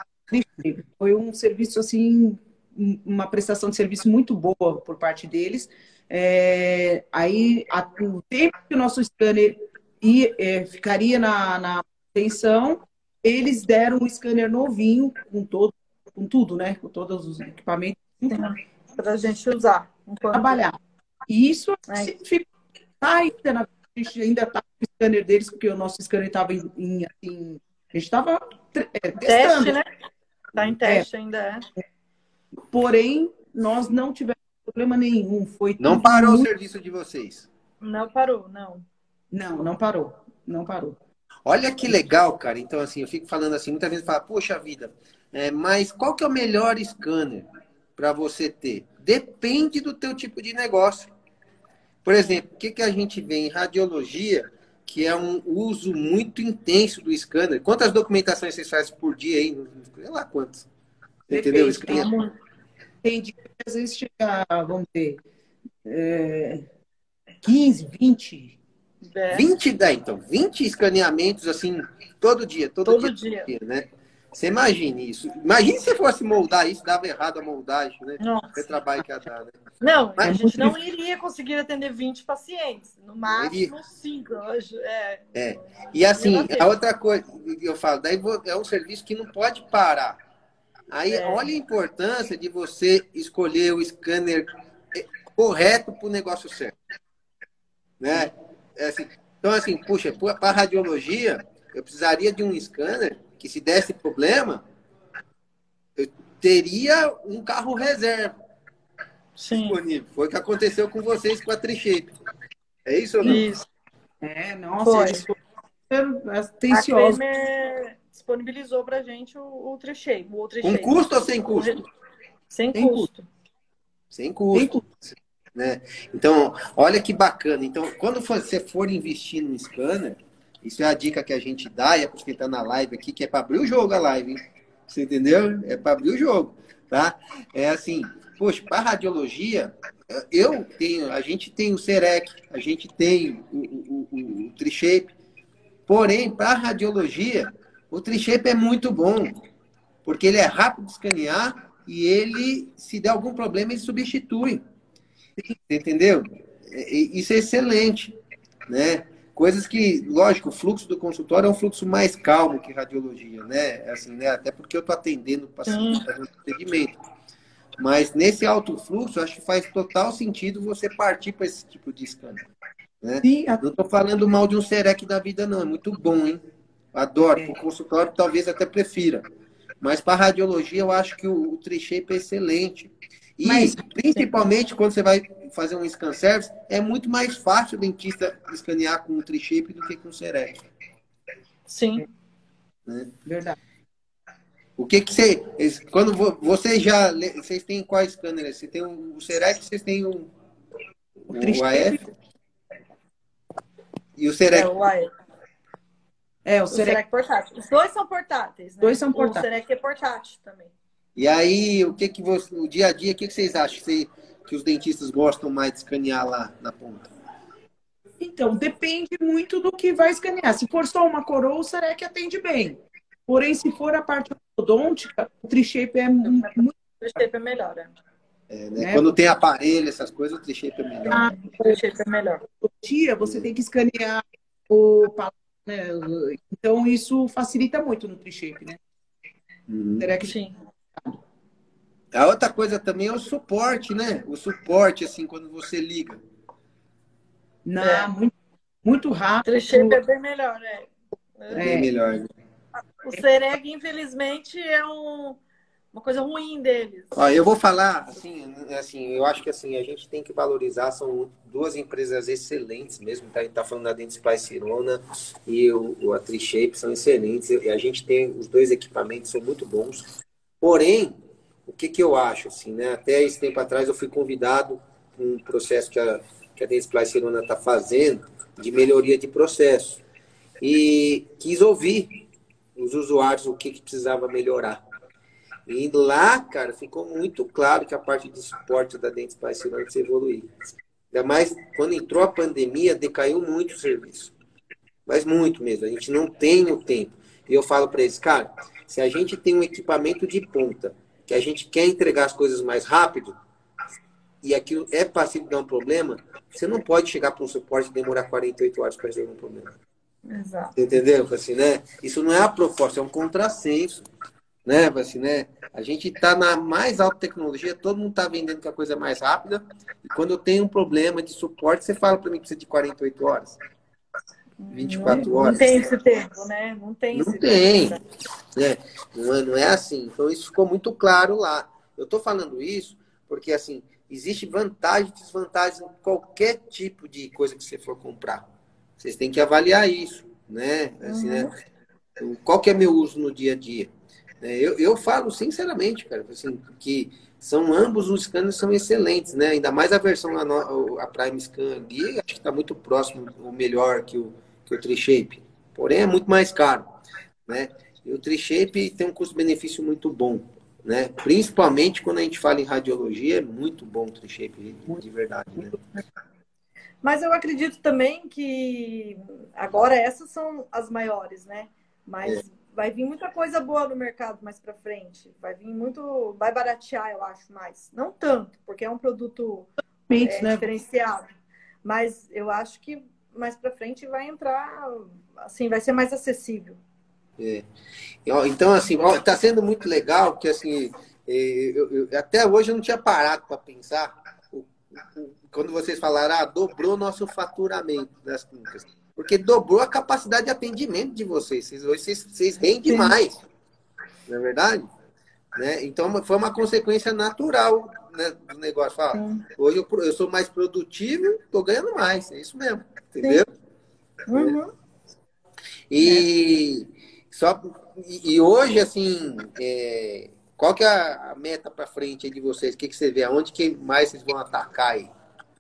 foi um serviço, assim, uma prestação de serviço muito boa por parte deles. É, aí, a, o tempo que o nosso scanner ia, é, ficaria na, na manutenção, eles deram um scanner novinho, com, todo, com tudo, né? Com todos os equipamentos. Para a gente usar. Enquanto... Trabalhar. E isso é. fica, tá ainda na, a gente ainda está com o scanner deles, porque o nosso scanner estava em, em, assim, a gente estava é, testando. Teste, né? Está em teste é. ainda, é. Porém, nós não tivemos problema nenhum. Foi não parou muito... o serviço de vocês? Não parou, não. Não, não parou. Não parou. Olha que legal, cara. Então, assim, eu fico falando assim, muitas vezes falo, poxa vida, é, mas qual que é o melhor scanner para você ter? Depende do teu tipo de negócio. Por exemplo, o que, que a gente vê em radiologia, que é um uso muito intenso do scanner? Quantas documentações vocês fazem por dia aí? Sei lá quantas. Entendeu? Tem, tem dia que às vezes chega, vamos ver, é, quinze, vinte. É. vinte, dá, então, vinte escaneamentos assim, todo dia, todo, todo dia, dia. Todo dia, né? Você imagine isso. Imagine se fosse moldar isso, dava errado a moldagem, né? Nossa. O trabalho que ia dar, né? Não, mas a gente não iria conseguir atender vinte pacientes. No máximo, cinco. É. é. E assim, a outra coisa, eu falo, daí é um serviço que não pode parar. Aí, é. olha a importância de você escolher o scanner correto para o negócio certo. Né? É assim, então, assim, puxa, para radiologia, eu precisaria de um scanner que, se desse problema, eu teria um carro reserva. Sim. Disponível. Foi o que aconteceu com vocês com a Trishape. É isso ou não? Isso. É, nossa, foi. A gente foi atencioso. A Kramer disponibilizou pra gente o, o Trishape. O com custo ou sem custo? Sem, sem custo. Sem custo. Sem custo. Né? Então, olha que bacana. Então, quando você for investir num scanner, isso é a dica que a gente dá, e é para quem está na live aqui, que é para abrir o jogo a live, hein? Você entendeu? É para abrir o jogo, tá? É assim, poxa, para radiologia, eu tenho, a gente tem o Serec, a gente tem o, o, o, o Trishape, porém, para radiologia, o Trishape é muito bom, porque ele é rápido de escanear e ele, se der algum problema, ele substitui. Entendeu? Isso é excelente, né? Coisas que, lógico, o fluxo do consultório é um fluxo mais calmo que radiologia, né? Assim, né? Até porque eu estou atendendo o paciente, fazendo atendimento. Mas nesse alto fluxo, acho que faz total sentido você partir para esse tipo de scanner. Né? Sim, a... Não estou falando mal de um Serec da vida, não. É muito bom, hein? Adoro. Para o consultório, talvez até prefira. Mas para radiologia, eu acho que o, o Trishape é excelente. E, Mas, principalmente, quando você vai fazer um scan service, é muito mais fácil o dentista escanear com um Trishape do que com o Serec. Sim. Né? Verdade. O que que você... Quando vocês já... Vocês têm quais scanners? Você tem o Serec, vocês têm o... O, o A F? E o Serec? É, o A F. É, o, o Serec... Serec portátil. Os dois são portáteis, né? Dois são portáteis. O Serec é portátil também. E aí, o que que você... O dia a dia, o que que vocês acham que, você, que os dentistas gostam mais de escanear lá na ponta? Então, depende muito do que vai escanear. Se for só uma coroa, o Serec atende bem. Porém, se for a parte odontica, o Trishape é muito... O Trishape é melhor, né? É, né? É. Quando tem aparelho, essas coisas, o Trishape é melhor. Ah, o Trishape é melhor. O dia, você tem que escanear o palato, né? Então, isso facilita muito no Trishape, né? Uhum. Será que... Sim. A outra coisa também é o suporte, né? O suporte, assim, quando você liga. Não, É. muito, muito rápido. Trishape é bem melhor, né? É bem melhor, né? O Sereg, infelizmente, é um, uma coisa ruim deles. Ó, eu vou falar, assim, assim, eu acho que assim, a gente tem que valorizar, são duas empresas excelentes mesmo, tá? A gente tá falando da Dentsply Sirona e o, o a Trishape são excelentes, e a gente tem, os dois equipamentos são muito bons. Porém, o que que eu acho, assim, né? Até esse tempo atrás eu fui convidado para um processo que a, que a Dentsply Sirona tá fazendo de melhoria de processo. E quis ouvir os usuários o que, que precisava melhorar. E lá, cara, ficou muito claro que a parte de suporte da Dentsply Sirona precisa evoluir. Ainda mais quando entrou a pandemia, decaiu muito o serviço. Mas muito mesmo. A gente não tem o tempo. E eu falo para eles, cara, se a gente tem um equipamento de ponta, que a gente quer entregar as coisas mais rápido, e aquilo é passível de dar um problema, você não pode chegar para um suporte e demorar quarenta e oito horas para resolver um problema. Exato. Entendeu? Assim, né? Isso não é a proposta, é um contrassenso. Né? Assim, né? A gente está na mais alta tecnologia, todo mundo está vendendo que a coisa é mais rápida. E quando eu tenho um problema de suporte, você fala para mim que precisa de quarenta e oito horas. vinte e quatro não, horas. Não tem esse tempo, né? Não tem Não esse tem. tempo. Né? Não, é, não é assim. Então, isso ficou muito claro lá. Eu estou falando isso porque, assim, existe vantagem e desvantagem em qualquer tipo de coisa que você for comprar. Vocês têm que avaliar isso, né? Assim, Uhum. né? Então, qual que é meu uso no dia a dia? Eu, eu falo sinceramente, cara, assim, que são ambos os scanners são excelentes, né? Ainda mais a versão, a, a Prime Scan ali, acho que está muito próximo, ou melhor que o, que o Trishape. Porém, é muito mais caro, né? E o Trishape tem um custo-benefício muito bom, né? Principalmente quando a gente fala em radiologia, é muito bom o Trishape, de, de verdade, né? Mas eu acredito também que agora essas são as maiores, né? Mas é. vai vir muita coisa boa no mercado mais para frente. Vai vir muito, vai baratear, eu acho, mais. Não tanto, porque é um produto é, né? diferenciado. Mas eu acho que mais para frente vai entrar, assim, vai ser mais acessível. É. Então, assim, está sendo muito legal, porque assim, eu, eu, até hoje eu não tinha parado para pensar. Quando vocês falaram, ah, dobrou nosso faturamento das clínicas. Porque dobrou a capacidade de atendimento de vocês. Vocês, vocês, vocês rendem mais. Não é verdade? Né? Então, foi uma consequência natural, né, do negócio. Fala, hoje eu, eu sou mais produtivo, estou ganhando mais. É isso mesmo. Entendeu? Uhum. E, é. só, e, e hoje, assim... É, qual que é a meta para frente aí de vocês? O que, que você vê? Aonde que mais vocês vão atacar aí?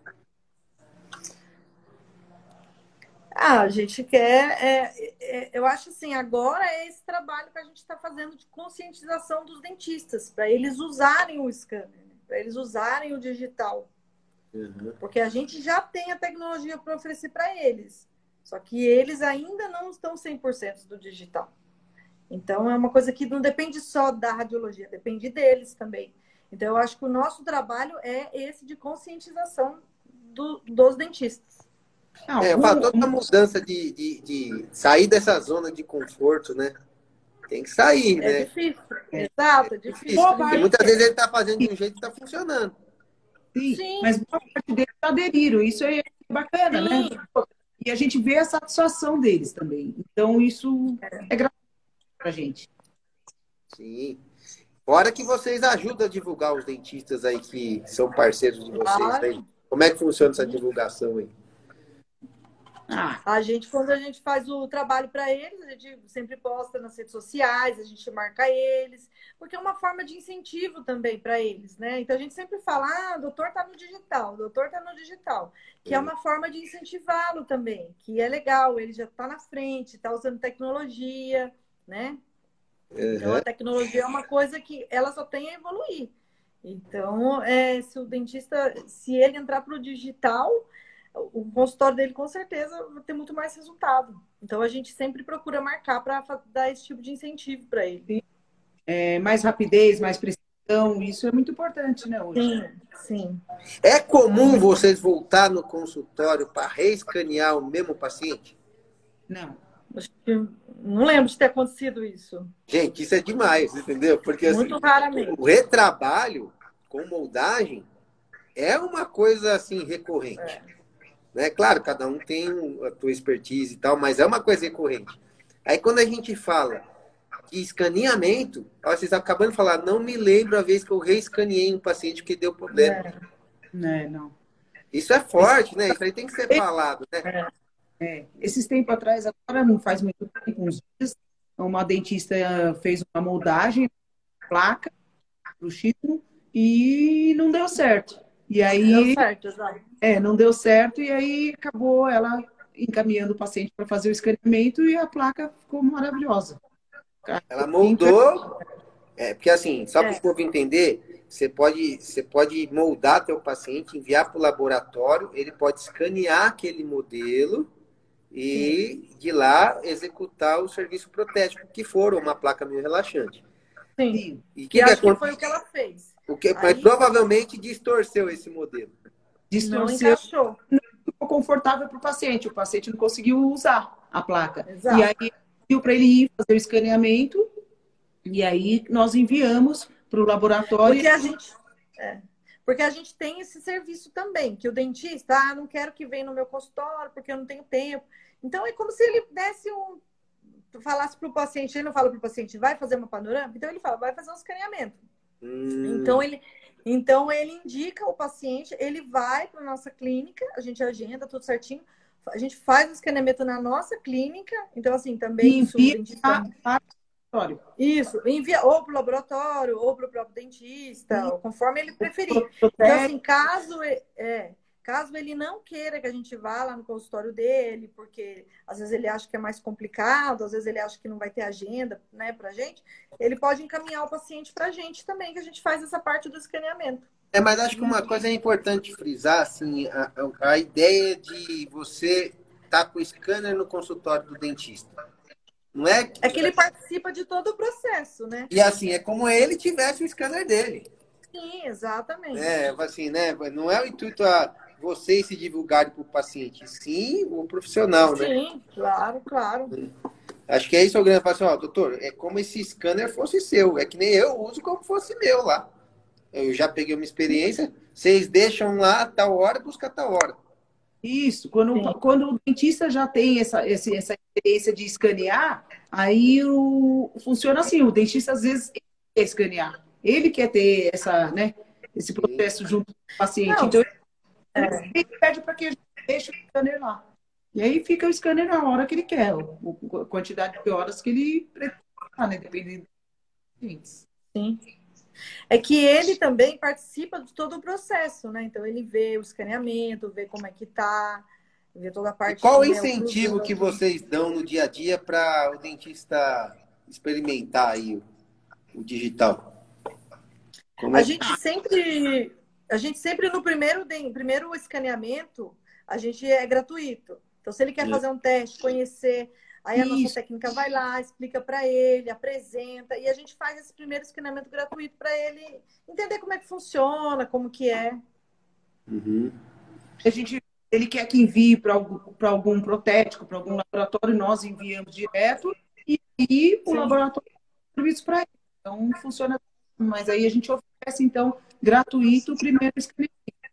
Ah, a gente quer... É, é, eu acho assim, agora é esse trabalho que a gente está fazendo de conscientização dos dentistas, para eles usarem o scanner, né? Para eles usarem o digital. Uhum. Porque a gente já tem a tecnologia para oferecer para eles. Só que eles ainda não estão cem por cento do digital. Então, é uma coisa que não depende só da radiologia, depende deles também. Então, eu acho que o nosso trabalho é esse de conscientização do, dos dentistas. Não, é, eu falo, toda mudança de, de, de sair dessa zona de conforto, né? Tem que sair, é né? Difícil. É Exato, é difícil. Porque Ninguém... muitas vezes ele está fazendo de um jeito que está funcionando. Sim, Sim, mas boa parte deles aderiram. Isso é bacana, Sim. né? E a gente vê a satisfação deles também. Então, isso é, é gratuito pra gente. Sim. Fora que vocês ajudam a divulgar os dentistas aí que são parceiros de vocês, ah. né? Como é que funciona essa divulgação aí? Ah. A gente, quando a gente faz o trabalho para eles, a gente sempre posta nas redes sociais, a gente marca eles, porque é uma forma de incentivo também para eles, né? Então a gente sempre fala, ah, o doutor tá no digital, o doutor tá no digital, que é, é uma forma de incentivá-lo também, que é legal, ele já tá na frente, tá usando tecnologia, né? Uhum. Então a tecnologia é uma coisa que ela só tem a evoluir. Então, é, se o dentista, se ele entrar para o digital, o consultório dele com certeza vai ter muito mais resultado. Então a gente sempre procura marcar para dar esse tipo de incentivo para ele. É, mais rapidez, mais precisão, isso é muito importante, né, hoje? Sim, sim. É comum vocês voltar no consultório para reescanear o mesmo paciente? Não. Acho que não lembro de ter acontecido isso. Gente, isso é demais, entendeu? Porque assim, Muito raramente. o retrabalho com moldagem é uma coisa assim recorrente. É. Né? Claro, cada um tem a sua expertise e tal, mas é uma coisa recorrente. Aí quando a gente fala de escaneamento, ó, vocês acabando de falar, não me lembro a vez que eu reescaneei um paciente que deu problema. É, não. Isso é forte, né? Isso aí tem que ser falado, né? É, esses tempos atrás, agora não faz muito tempo, uns dias, uma dentista fez uma moldagem, placa, pro Chico, e não deu certo. E aí, deu certo, exato. É, não deu certo, e aí acabou ela encaminhando o paciente para fazer o escaneamento e a placa ficou maravilhosa. Ela moldou, é, porque assim, só para o povo entender, você pode, você pode moldar teu paciente, enviar para o laboratório, ele pode escanear aquele modelo e Sim. de lá executar o serviço protético, que for uma placa meio relaxante. Sim. E que, que, acho que foi o que ela fez. O que, Aí... Mas provavelmente distorceu esse modelo. Distorceu. Não encaixou. Não ficou confortável para o paciente. O paciente não conseguiu usar a placa. Exato. E aí pediu para ele ir fazer o escaneamento. E aí nós enviamos para o laboratório. Porque a gente, é, porque a gente tem esse serviço também, que o dentista, ah, não quero que venha no meu consultório porque eu não tenho tempo. Então é como se ele desse um, falasse para o paciente, ele não fala para o paciente, vai fazer uma panorâmica, então ele fala, vai fazer um escaneamento. Hum. Então ele, então ele indica o paciente, ele vai para a nossa clínica, a gente agenda tudo certinho, a gente faz o escaneamento na nossa clínica, então assim também isso, o dentista. Isso, envia ou para o laboratório, ou para o próprio dentista, ou conforme ele preferir. Então, assim, caso, é, caso ele não queira que a gente vá lá no consultório dele, porque às vezes ele acha que é mais complicado, às vezes ele acha que não vai ter agenda, né, pra gente, ele pode encaminhar o paciente pra gente também, que a gente faz essa parte do escaneamento. É, mas acho que uma coisa é importante frisar, assim, a, a ideia de você estar com o scanner no consultório do dentista. Não é... Que... é que ele participa de todo o processo, né? E assim, é como ele tivesse o scanner dele. Sim, exatamente. É, assim, né? Não é o intuito a vocês se divulgarem para o paciente, sim o profissional, sim, né? Sim, claro, claro. Acho que é isso o grande passo. Ó, doutor, é como esse scanner fosse seu. É que nem eu uso como fosse meu lá. Eu já peguei uma experiência. Vocês deixam lá tal hora, busca tal hora. Isso, quando, quando o dentista já tem essa, essa, essa experiência de escanear, aí o, funciona assim, o dentista às vezes quer escanear. Ele quer ter essa, né, esse processo junto com o paciente. Não, então, é. ele pede para que a gente deixe o scanner lá. E aí fica o scanner na hora que ele quer, a quantidade de horas que ele pretende, né, dependendo dos clientes. Sim. É que ele também participa de todo o processo, né? Então ele vê o escaneamento, vê como é que tá, vê toda a parte. E qual o né, incentivo o que vocês dão no dia a dia para o dentista experimentar aí o, o digital? Como a é? gente sempre, a gente sempre no primeiro, primeiro escaneamento, a gente é gratuito. Então se ele quer é. fazer um teste, conhecer, aí a Isso. nossa técnica vai lá, explica para ele, apresenta, e a gente faz esse primeiro escaneamento gratuito para ele entender como é que funciona, como que é. Uhum. A gente, ele quer que envie para algum, para algum protético, para algum laboratório, nós enviamos direto, e, e o laboratório serviço para ele. Então, funciona. Mas aí a gente oferece, então, gratuito o primeiro escaneamento.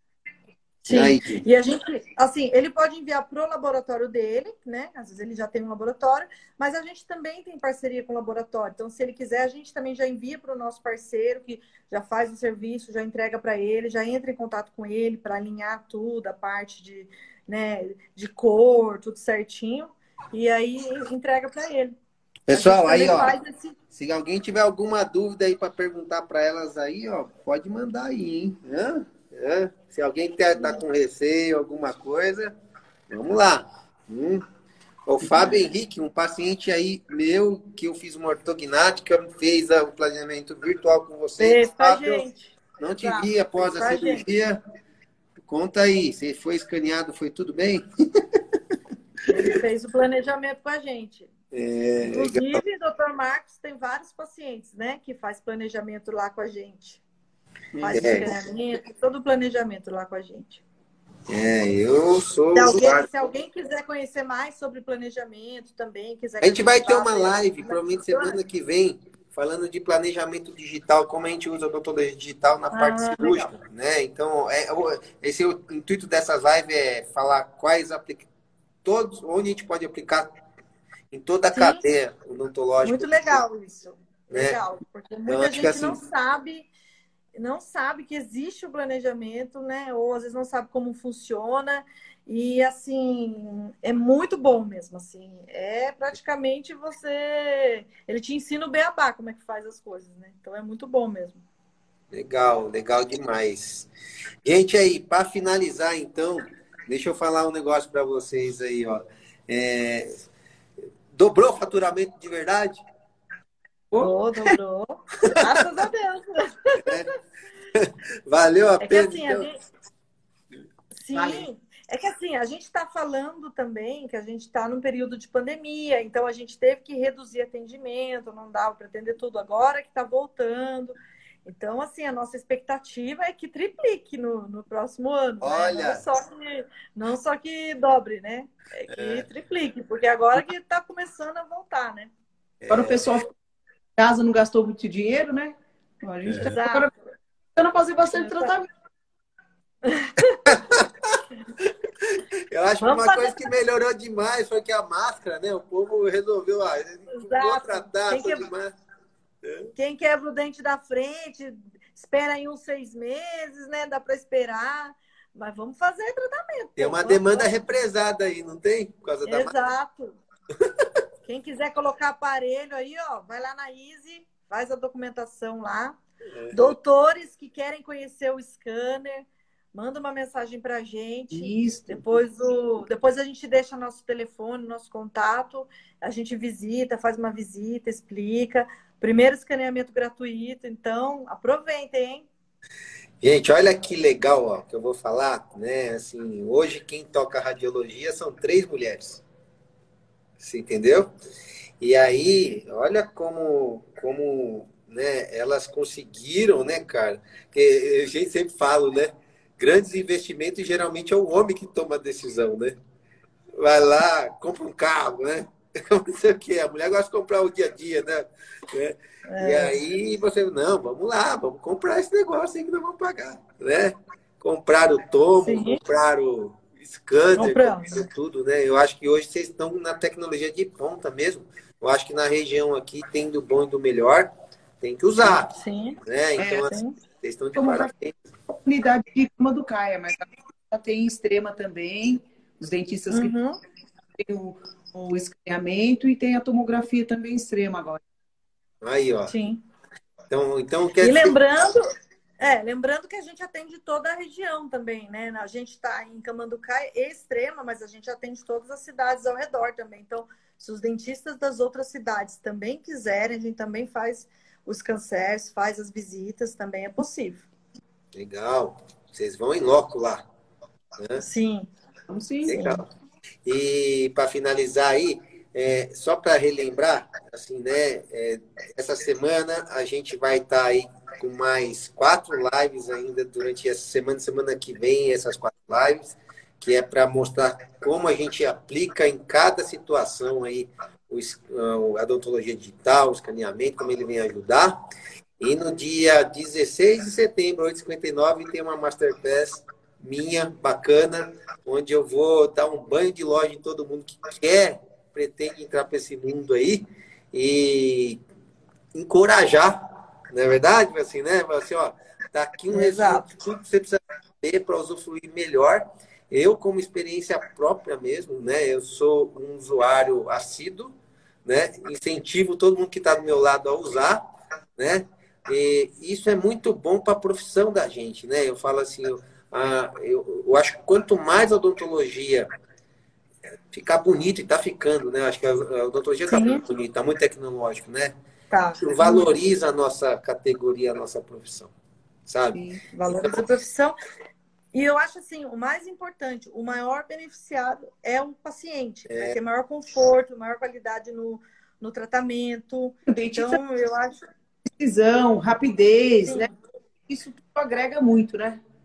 Sim, Aí. E a gente, assim, ele pode enviar para o laboratório dele, né? Às vezes ele já tem um laboratório, mas a gente também tem parceria com o laboratório. Então, se ele quiser, a gente também já envia para o nosso parceiro, que já faz o serviço, já entrega para ele, já entra em contato com ele para alinhar tudo, a parte de, né, de cor, tudo certinho, e aí entrega para ele. Pessoal, aí, ó, esse... se alguém tiver alguma dúvida aí para perguntar para elas aí, ó, pode mandar aí, hein? Hã? É, se alguém quer estar com receio, alguma coisa, vamos lá. Hum. O Fábio Henrique, um paciente aí meu, que eu fiz uma ortognática, fez o planejamento virtual com você. Fábio, gente. Não te tá. vi após Fez a cirurgia. Gente. Conta aí, você foi escaneado, foi tudo bem? Ele fez o planejamento com a gente. É, Inclusive, o doutor Marcos tem vários pacientes, né, que faz planejamento lá com a gente. Faz é. o escaneamento, todo o planejamento lá com a gente. É, eu sou Se alguém, usuário. se alguém quiser conhecer mais sobre planejamento também, quiser A que a gente vai gente ter uma faça, live, como é que provavelmente funciona? semana que vem, falando de planejamento digital, como a gente usa a odontologia digital na parte Ah, legal. cirúrgica, né? Então, é, o- esse é o intuito dessas lives é falar quais aplica todos, onde a gente pode aplicar em toda a Sim, cadeia odontológica, muito legal isso. né? Legal, porque Então, muita acho que gente não assim, sabe, não sabe que existe o planejamento, né? Ou às vezes não sabe como funciona. E assim, é muito bom mesmo, assim. É praticamente você, ele te ensina o beabá, como é que faz as coisas, né? Então é muito bom mesmo. legal, legal demais. Gente, aí, para finalizar, então, deixa eu falar um negócio para vocês aí, ó. É, dobrou o faturamento de verdade? Ô, Oh, dobrou. Graças a Deus. Valeu a É que pena, assim, a então? gente, valeu. sim, é que assim, a gente está falando também que a gente está num período de pandemia, então a gente teve que reduzir atendimento, não dava para atender tudo agora que está voltando. Então, assim, a nossa expectativa é que triplique no, no próximo ano, né? Não Olha, só que, não só que dobre, né? É que triplique, porque agora que está começando a voltar, né? Agora o pessoal ficou em casa, não gastou muito dinheiro, né? Então, a gente está agora Exato. tentando fazer bastante Exato. tratamento. eu acho que Vamos uma fazer. coisa que melhorou demais foi que a máscara, né? O povo resolveu, ah, outra Exato. Quem, data que... de máscara. Quem quebra o dente da frente, espera aí uns seis meses, né? Dá para esperar. Mas vamos fazer tratamento, Tem pô. uma Vamos, demanda vamos. represada aí, não tem? Por causa da máscara. Exato. Quem quiser colocar aparelho aí, ó, vai lá na Easy, faz a documentação lá. Doutores que querem conhecer o scanner, manda uma mensagem para a gente. Isso. Depois, o, depois a gente deixa nosso telefone, nosso contato, a gente visita, faz uma visita, explica. Primeiro escaneamento gratuito, então aproveitem, hein? Gente, olha que legal, ó, que eu vou falar, né? Assim, hoje quem toca radiologia são três mulheres. Você entendeu? E aí, olha como, como, né, elas conseguiram, né, cara? Que a gente sempre fala, né? Grandes investimentos geralmente é o homem que toma a decisão, né? Vai lá, compra um carro, né? Não sei o que, a mulher gosta de comprar o dia a dia, né? né? E É, aí você, não, vamos lá, vamos comprar esse negócio aí que nós vamos pagar, né? Comprar o tomo, sim, comprar o scanner, compramos. comprar tudo, né? Eu acho que hoje vocês estão na tecnologia de ponta mesmo. Eu acho que na região aqui tem do bom e do melhor, tem que usar, Sim, né? É, Então, assim, sim. vocês estão de tomografia parabéns. unidade de cama do Caia, mas já tem extrema também, os dentistas que Uhum, têm o, o escaneamento e tem a tomografia também extrema agora. Aí, ó. sim. Então, então quer E dizer, lembrando, é, lembrando que a gente atende toda a região também, né? A gente está em Camanducaia e Extrema, mas a gente atende todas as cidades ao redor também. Então, se os dentistas das outras cidades também quiserem, a gente também faz os cancers, faz as visitas, também é possível. legal. Vocês vão em loco lá, né? Sim, Então, sim. sim. Legal. E para finalizar aí, é, só para relembrar, assim, né? É, essa semana a gente vai estar tá aí com mais quatro lives ainda durante essa semana, semana que vem, essas quatro lives, que é para mostrar como a gente aplica em cada situação aí o, a odontologia digital, o escaneamento, como ele vem ajudar. E no dia dezesseis de setembro, oito e cinquenta e nove, tem uma Masterclass minha, bacana, onde eu vou dar um banho de loja em todo mundo que quer, pretende entrar para esse mundo aí e encorajar, não é verdade? Assim, né? Assim, ó, tá aqui um resumo de tudo que você precisa saber para usufruir melhor. Eu, como experiência própria mesmo, né? Eu sou um usuário assíduo, né? Incentivo todo mundo que está do meu lado a usar, né? E isso é muito bom para a profissão da gente, né? Eu falo assim, eu, ah, eu, eu acho que quanto mais a odontologia ficar bonito, e está ficando, né? Acho que a, a odontologia está muito bonita, está muito tecnológico, né? Tá. Valoriza a nossa categoria, a nossa profissão, sabe? Sim. Valoriza Então, a profissão. E eu acho assim, o mais importante, o maior beneficiado é o paciente. Vai ter maior conforto, maior qualidade no, no tratamento. O dentista Então, eu acho... precisão, rapidez, Sim, né? Isso tudo agrega muito, né?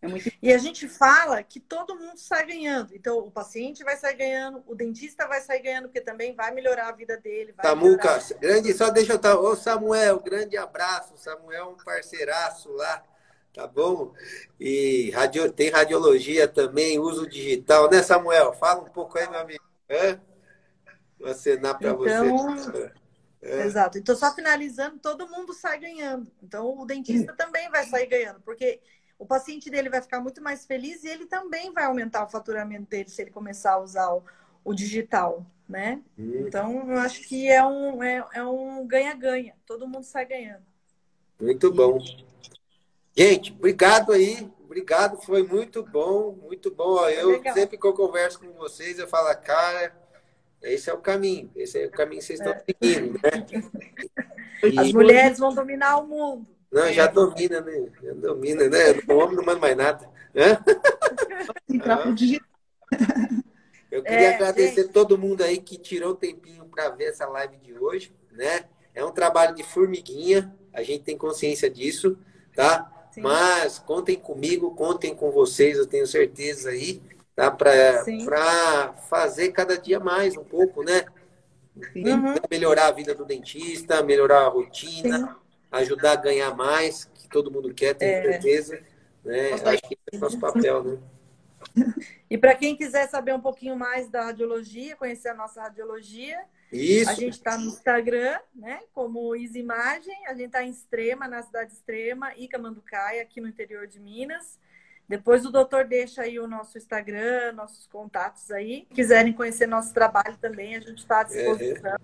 É muito... E a gente fala que todo mundo sai ganhando. Então, o paciente vai sair ganhando, o dentista vai sair ganhando, porque também vai melhorar a vida dele. Vai Samuca, melhorar... grande, só deixa eu estar. Ô, Samuel, grande abraço. Samuel é um parceiraço lá, tá bom? E radio, tem radiologia também, uso digital, né, Samuel? Fala um pouco aí, meu amigo. Hã? Vou acenar para então, você. É. Exato. Então, só finalizando, todo mundo sai ganhando. Então, o dentista também vai sair ganhando, porque o paciente dele vai ficar muito mais feliz e ele também vai aumentar o faturamento dele se ele começar a usar o, o digital, né? Hum. Então, eu acho que é um é, é um ganha-ganha. Todo mundo sai ganhando. Muito bom. Gente, obrigado aí. Obrigado, foi muito bom, muito bom. Eu Legal. Sempre que eu converso com vocês, eu falo, cara, esse é o caminho. Esse é o caminho que vocês estão é. seguindo, né? E... As mulheres vão dominar o mundo. Não, já domina, né? Já domina, né? O homem não manda mais nada. Entrar pro digital. Eu queria é, agradecer gente. todo mundo aí que tirou o tempinho para ver essa live de hoje, né? É um trabalho de formiguinha, a gente tem consciência disso, tá? Sim. Mas contem comigo, contem com vocês, eu tenho certeza aí, tá? Para fazer cada dia mais um pouco, né? Uhum. Melhorar a vida do dentista, melhorar a rotina, Sim. ajudar a ganhar mais, que todo mundo quer, tenho é. certeza. Né? Acho que esse é o nosso papel, né? E para quem quiser saber um pouquinho mais da radiologia, conhecer a nossa radiologia, Isso. a gente está no Instagram, né? Como Isimagem, a gente está em Extrema, na cidade Extrema, e Camanducaia, aqui no interior de Minas. Depois o doutor deixa aí o nosso Instagram, nossos contatos aí. Se quiserem conhecer nosso trabalho também, a gente está à disposição. É.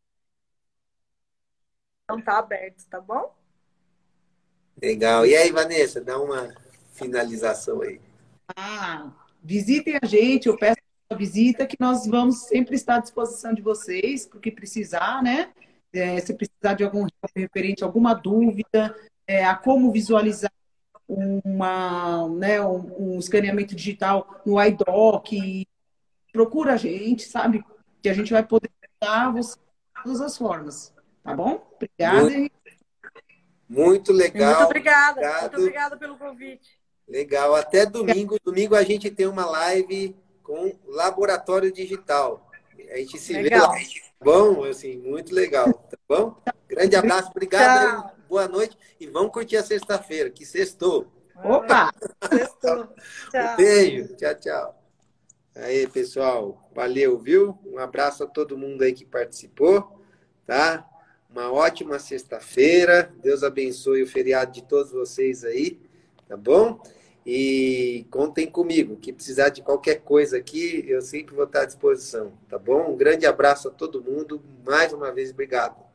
Então tá aberto, tá bom? Legal. E aí, Vanessa, dá uma finalização aí. Ah, visitem a gente, eu peço a visita, que nós vamos sempre estar à disposição de vocês, para o que precisar, né? É, se precisar de algum referente, alguma dúvida, é, a como visualizar uma, né, um, um escaneamento digital no iDoc, procura a gente, sabe? Que a gente vai poder ajudar você de todas as formas, tá bom? Obrigada. Muito, muito legal. Muito obrigada. Obrigado. Muito obrigada pelo convite. Legal. Até domingo. Domingo a gente tem uma live com Laboratório Digital. A gente se legal. vê lá. Bom, assim, muito legal. Tá bom? Grande abraço. Obrigado. Tchau. Boa noite. E vamos curtir a sexta-feira, que sextou. Opa! Sextou. Tchau. Um beijo. Tchau, tchau. Aí, pessoal. Valeu, viu? Um abraço a todo mundo aí que participou. Tá? Uma ótima sexta-feira. Deus abençoe o feriado de todos vocês aí. Tá bom? E contem comigo, que precisar de qualquer coisa aqui, eu sempre vou estar à disposição, tá bom? Um grande abraço a todo mundo, mais uma vez, obrigado.